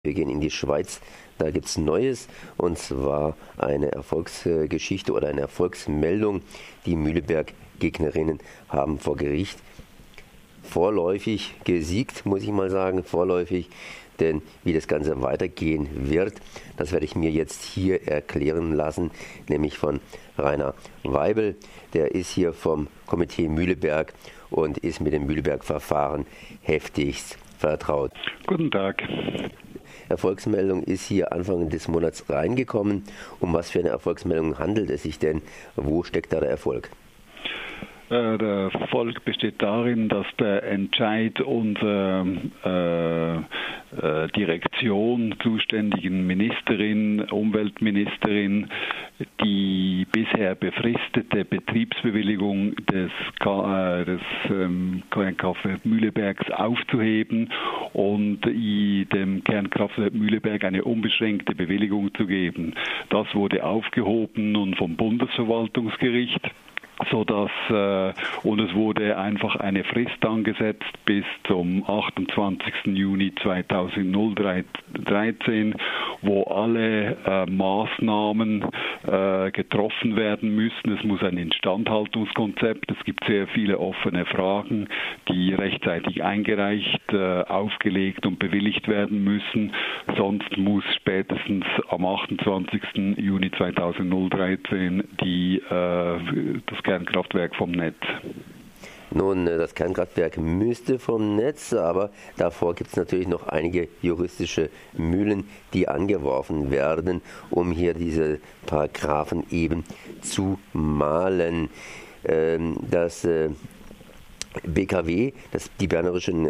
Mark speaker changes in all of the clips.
Speaker 1: Wir gehen in die Schweiz, da gibt es Neues, und zwar eine Erfolgsgeschichte oder eine Erfolgsmeldung. Die Mühleberg-Gegnerinnen haben vor Gericht vorläufig gesiegt, muss ich mal sagen, vorläufig. Denn wie das Ganze weitergehen wird, das werde ich mir jetzt hier erklären lassen, nämlich von Rainer Weibel. Der ist hier vom Komitee Mühleberg und ist mit dem Mühleberg-Verfahren heftigst vertraut.
Speaker 2: Guten Tag.
Speaker 1: Erfolgsmeldung ist hier Anfang des Monats reingekommen. Um was für eine Erfolgsmeldung handelt es sich denn? Wo steckt da der Erfolg?
Speaker 2: Der Erfolg besteht darin, dass der Entscheid unserer Direktion, zuständigen Ministerin, Umweltministerin, die bisher befristete Betriebsbewilligung des Kernkraftwerk Mühlebergs aufzuheben und dem Kernkraftwerk Mühleberg eine unbeschränkte Bewilligung zu geben. Das wurde aufgehoben nun vom Bundesverwaltungsgericht. Und es wurde einfach eine Frist angesetzt bis zum 28. Juni 2013, wo alle Maßnahmen getroffen werden müssen. Es muss ein Instandhaltungskonzept, es gibt sehr viele offene Fragen, die rechtzeitig eingereicht, aufgelegt und bewilligt werden müssen. Sonst muss spätestens am 28. Juni 2013 das Kernkraftwerk vom Netz.
Speaker 1: Nun, das Kernkraftwerk müsste vom Netz, aber davor gibt es natürlich noch einige juristische Mühlen, die angeworfen werden, um hier diese Paragraphen eben zu malen. Das BKW, die bernischen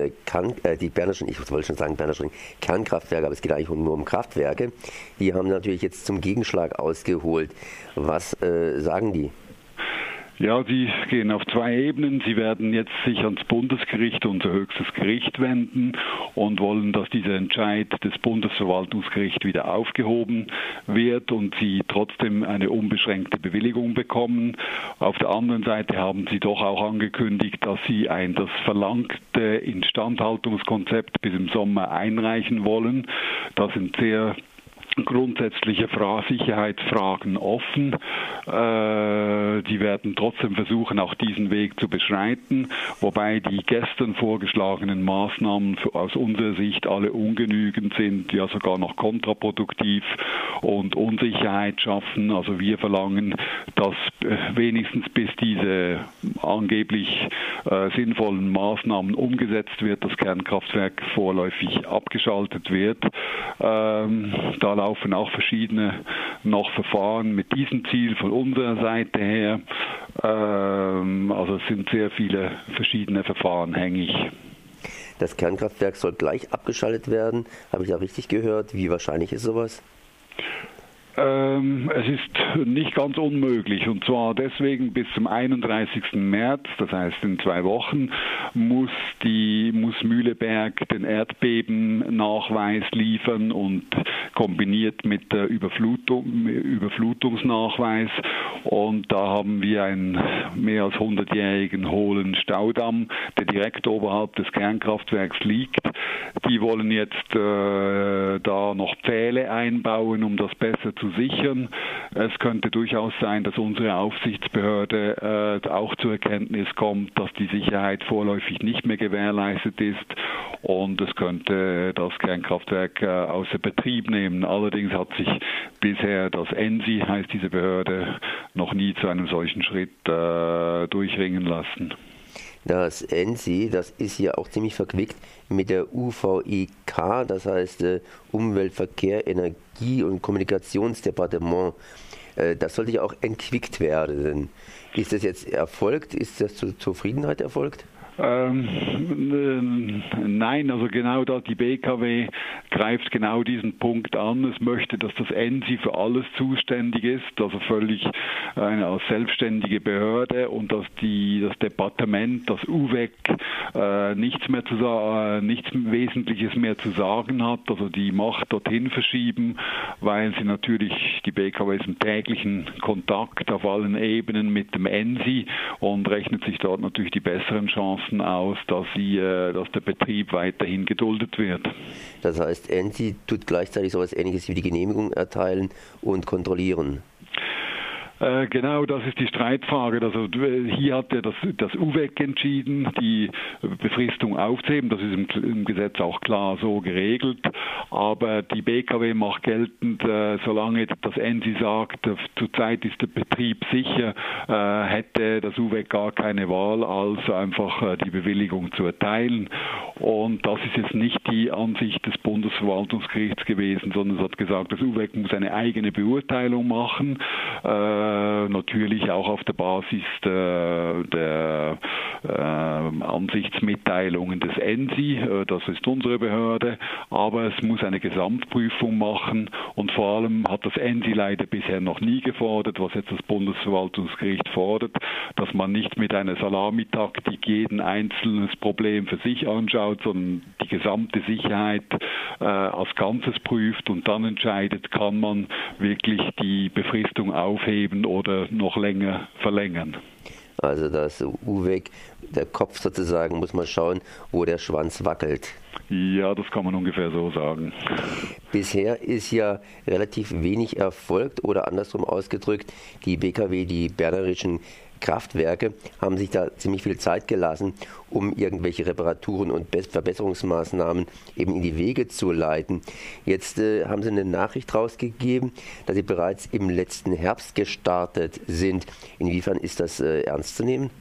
Speaker 1: Kernkraftwerke, aber es geht eigentlich nur um Kraftwerke, die haben natürlich jetzt zum Gegenschlag ausgeholt. Was sagen die?
Speaker 2: Ja, sie gehen auf zwei Ebenen. Sie werden jetzt sich ans Bundesgericht, unser höchstes Gericht, wenden und wollen, dass dieser Entscheid des Bundesverwaltungsgerichts wieder aufgehoben wird und sie trotzdem eine unbeschränkte Bewilligung bekommen. Auf der anderen Seite haben sie doch auch angekündigt, dass sie das verlangte Instandhaltungskonzept bis im Sommer einreichen wollen. Das sind sehr grundsätzliche Sicherheitsfragen offen. Die werden trotzdem versuchen, auch diesen Weg zu beschreiten, wobei die gestern vorgeschlagenen Maßnahmen aus unserer Sicht alle ungenügend sind, ja sogar noch kontraproduktiv und Unsicherheit schaffen. Also wir verlangen, dass wenigstens bis diese angeblich sinnvollen Maßnahmen umgesetzt wird, das Kernkraftwerk vorläufig abgeschaltet wird. Da laufen auch verschiedene noch Verfahren mit diesem Ziel von unserer Seite her. Also es sind sehr viele verschiedene Verfahren hängig.
Speaker 1: Das Kernkraftwerk soll gleich abgeschaltet werden. Habe ich da richtig gehört? Wie wahrscheinlich ist sowas?
Speaker 2: Es ist nicht ganz unmöglich, und zwar deswegen bis zum 31. März, das heißt in 2 Wochen, muss Mühleberg den Erdbebennachweis liefern und kombiniert mit der Überflutungsnachweis. Und da haben wir einen mehr als 100-jährigen hohlen Staudamm, der direkt oberhalb des Kernkraftwerks liegt. Die wollen jetzt da noch Pfähle einbauen, um das besser zu sichern. Es könnte durchaus sein, dass unsere Aufsichtsbehörde auch zur Erkenntnis kommt, dass die Sicherheit vorläufig nicht mehr gewährleistet ist und es könnte das Kernkraftwerk außer Betrieb nehmen. Allerdings hat sich bisher das ENSI, heißt diese Behörde, noch nie zu einem solchen Schritt durchringen lassen.
Speaker 1: Das ENSI, das ist ja auch ziemlich verquickt mit der UVEK, das heißt Umwelt, Verkehr, Energie und Kommunikationsdepartement. Das sollte ja auch entquickt werden. Ist das jetzt erfolgt? Ist das zur Zufriedenheit erfolgt?
Speaker 2: Nein, also genau da, die BKW greift genau diesen Punkt an. Es möchte, dass das ENSI für alles zuständig ist, also völlig als selbstständige Behörde, und dass das Departement, das UVEK, nichts Wesentliches mehr zu sagen hat, also die Macht dorthin verschieben, weil sie natürlich, die BKW ist im täglichen Kontakt auf allen Ebenen mit dem ENSI und rechnet sich dort natürlich die besseren Chancen aus, dass der Betrieb weiterhin geduldet wird.
Speaker 1: Das heißt, ENSI tut gleichzeitig so etwas Ähnliches wie die Genehmigung erteilen und kontrollieren.
Speaker 2: Genau, das ist die Streitfrage. Also hier hat ja das UVEC entschieden, die Befristung aufzuheben. Das ist im Gesetz auch klar so geregelt. Aber die BKW macht geltend, solange das ENSI sagt, zurzeit ist der Betrieb sicher, hätte das UVEC gar keine Wahl, als einfach die Bewilligung zu erteilen. Und das ist jetzt nicht die Ansicht des Bundesverwaltungsgerichts gewesen, sondern es hat gesagt, das UVEC muss eine eigene Beurteilung machen. Natürlich auch auf der Basis der Ansichtsmitteilungen des ENSI, das ist unsere Behörde, aber es muss eine Gesamtprüfung machen und vor allem hat das ENSI leider bisher noch nie gefordert, was jetzt das Bundesverwaltungsgericht fordert, dass man nicht mit einer Salamitaktik jeden einzelnes Problem für sich anschaut, sondern die gesamte Sicherheit als Ganzes prüft und dann entscheidet, kann man wirklich die Befristung aufheben oder noch länger verlängern.
Speaker 1: Also das UVEC, der Kopf sozusagen, muss man schauen, wo der Schwanz wackelt.
Speaker 2: Ja, das kann man ungefähr so sagen.
Speaker 1: Bisher ist ja relativ wenig erfolgt oder andersrum ausgedrückt, die BKW, die Bernerischen Kraftwerke, haben sich da ziemlich viel Zeit gelassen, um irgendwelche Reparaturen und Verbesserungsmaßnahmen eben in die Wege zu leiten. Jetzt haben sie eine Nachricht rausgegeben, dass sie bereits im letzten Herbst gestartet sind. Inwiefern ist das ernst zu nehmen?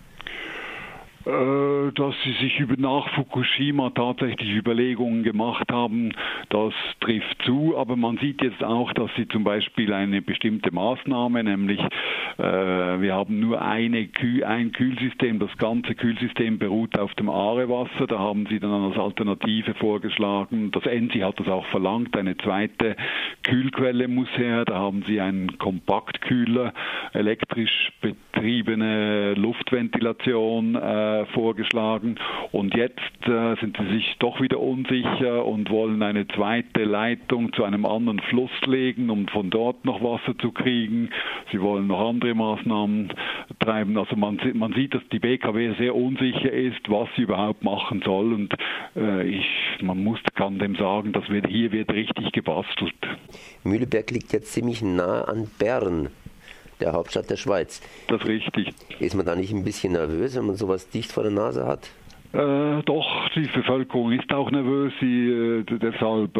Speaker 2: Dass sie sich nach Fukushima tatsächlich Überlegungen gemacht haben, das trifft zu, aber man sieht jetzt auch, dass sie zum Beispiel eine bestimmte Maßnahme, nämlich wir haben nur ein Kühlsystem, das ganze Kühlsystem beruht auf dem Aarewasser, da haben sie dann als Alternative vorgeschlagen, das ENSI hat das auch verlangt, eine zweite Kühlquelle muss her, da haben sie einen Kompaktkühler, elektrisch betriebene Luftventilation vorgeschlagen und jetzt sind sie sich doch wieder unsicher und wollen eine zweite Leitung zu einem anderen Fluss legen, um von dort noch Wasser zu kriegen. Sie wollen noch andere Maßnahmen treiben. Also man sieht, dass die BKW sehr unsicher ist, was sie überhaupt machen soll und kann dem sagen, hier wird richtig gebastelt.
Speaker 1: Mühleberg liegt ja ziemlich nah an Bern, der Hauptstadt der Schweiz.
Speaker 2: Das ist richtig.
Speaker 1: Ist man da nicht ein bisschen nervös, wenn man sowas dicht vor der Nase hat?
Speaker 2: Doch, die Bevölkerung ist auch nervös, deshalb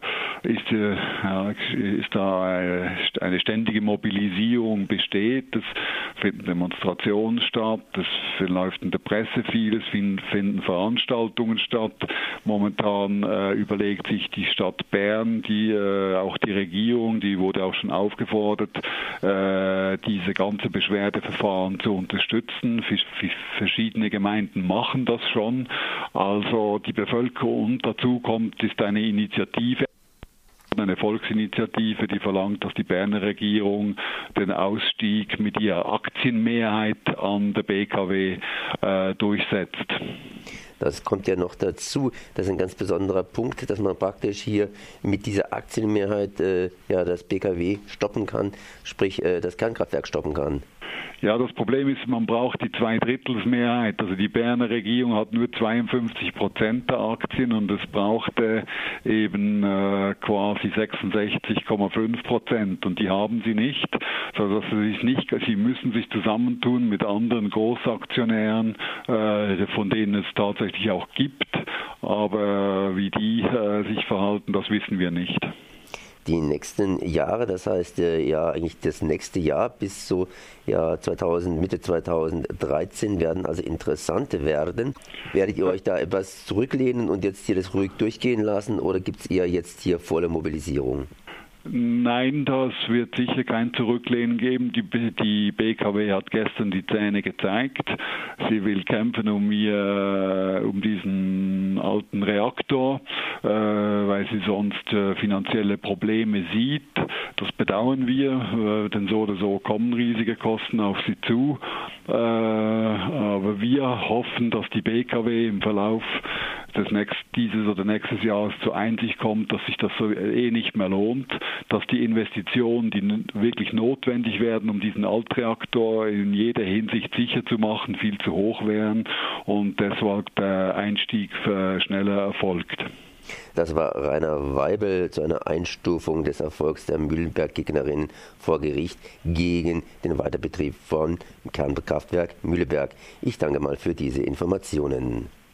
Speaker 2: ist da eine ständige Mobilisierung besteht. Es finden Demonstrationen statt, es läuft in der Presse viel, es finden Veranstaltungen statt. Momentan überlegt sich die Stadt Bern, auch die Regierung, die wurde auch schon aufgefordert, diese ganze Beschwerdeverfahren zu unterstützen. Verschiedene Gemeinden machen das schon. Also die Bevölkerung, und dazu kommt, ist eine Initiative, eine Volksinitiative, die verlangt, dass die Berner Regierung den Ausstieg mit ihrer Aktienmehrheit an der BKW durchsetzt.
Speaker 1: Das kommt ja noch dazu. Das ist ein ganz besonderer Punkt, dass man praktisch hier mit dieser Aktienmehrheit das BKW stoppen kann, sprich das Kernkraftwerk stoppen kann.
Speaker 2: Ja, das Problem ist, man braucht die Zweidrittelsmehrheit. Also die Berner Regierung hat nur 52% der Aktien und es brauchte eben quasi 66,5% und die haben sie nicht. Also sie müssen sich zusammentun mit anderen Großaktionären, von denen es tatsächlich auch gibt. Aber wie die sich verhalten, das wissen wir nicht.
Speaker 1: Die nächsten Jahre, das heißt eigentlich das nächste Jahr bis so Mitte 2013 werden also interessante werden. Werdet ihr euch da etwas zurücklehnen und jetzt hier das ruhig durchgehen lassen oder gibt es eher jetzt hier volle Mobilisierung?
Speaker 2: Nein, das wird sicher kein Zurücklehnen geben. Die BKW hat gestern die Zähne gezeigt. Sie will kämpfen um diesen alten Reaktor, weil sie sonst finanzielle Probleme sieht. Das bedauern wir, denn so oder so kommen riesige Kosten auf sie zu. Aber wir hoffen, dass die BKW im Verlauf dieses oder nächstes Jahres zur Einsicht kommt, dass sich das so nicht mehr lohnt, dass die Investitionen, die wirklich notwendig werden, um diesen Altreaktor in jeder Hinsicht sicher zu machen, viel zu hoch wären und deshalb der Einstieg schneller erfolgt.
Speaker 1: Das war Rainer Weibel zu einer Einstufung des Erfolgs der Mühleberg-Gegnerinnen vor Gericht gegen den Weiterbetrieb von Kernkraftwerk Mühleberg. Ich danke mal für diese Informationen.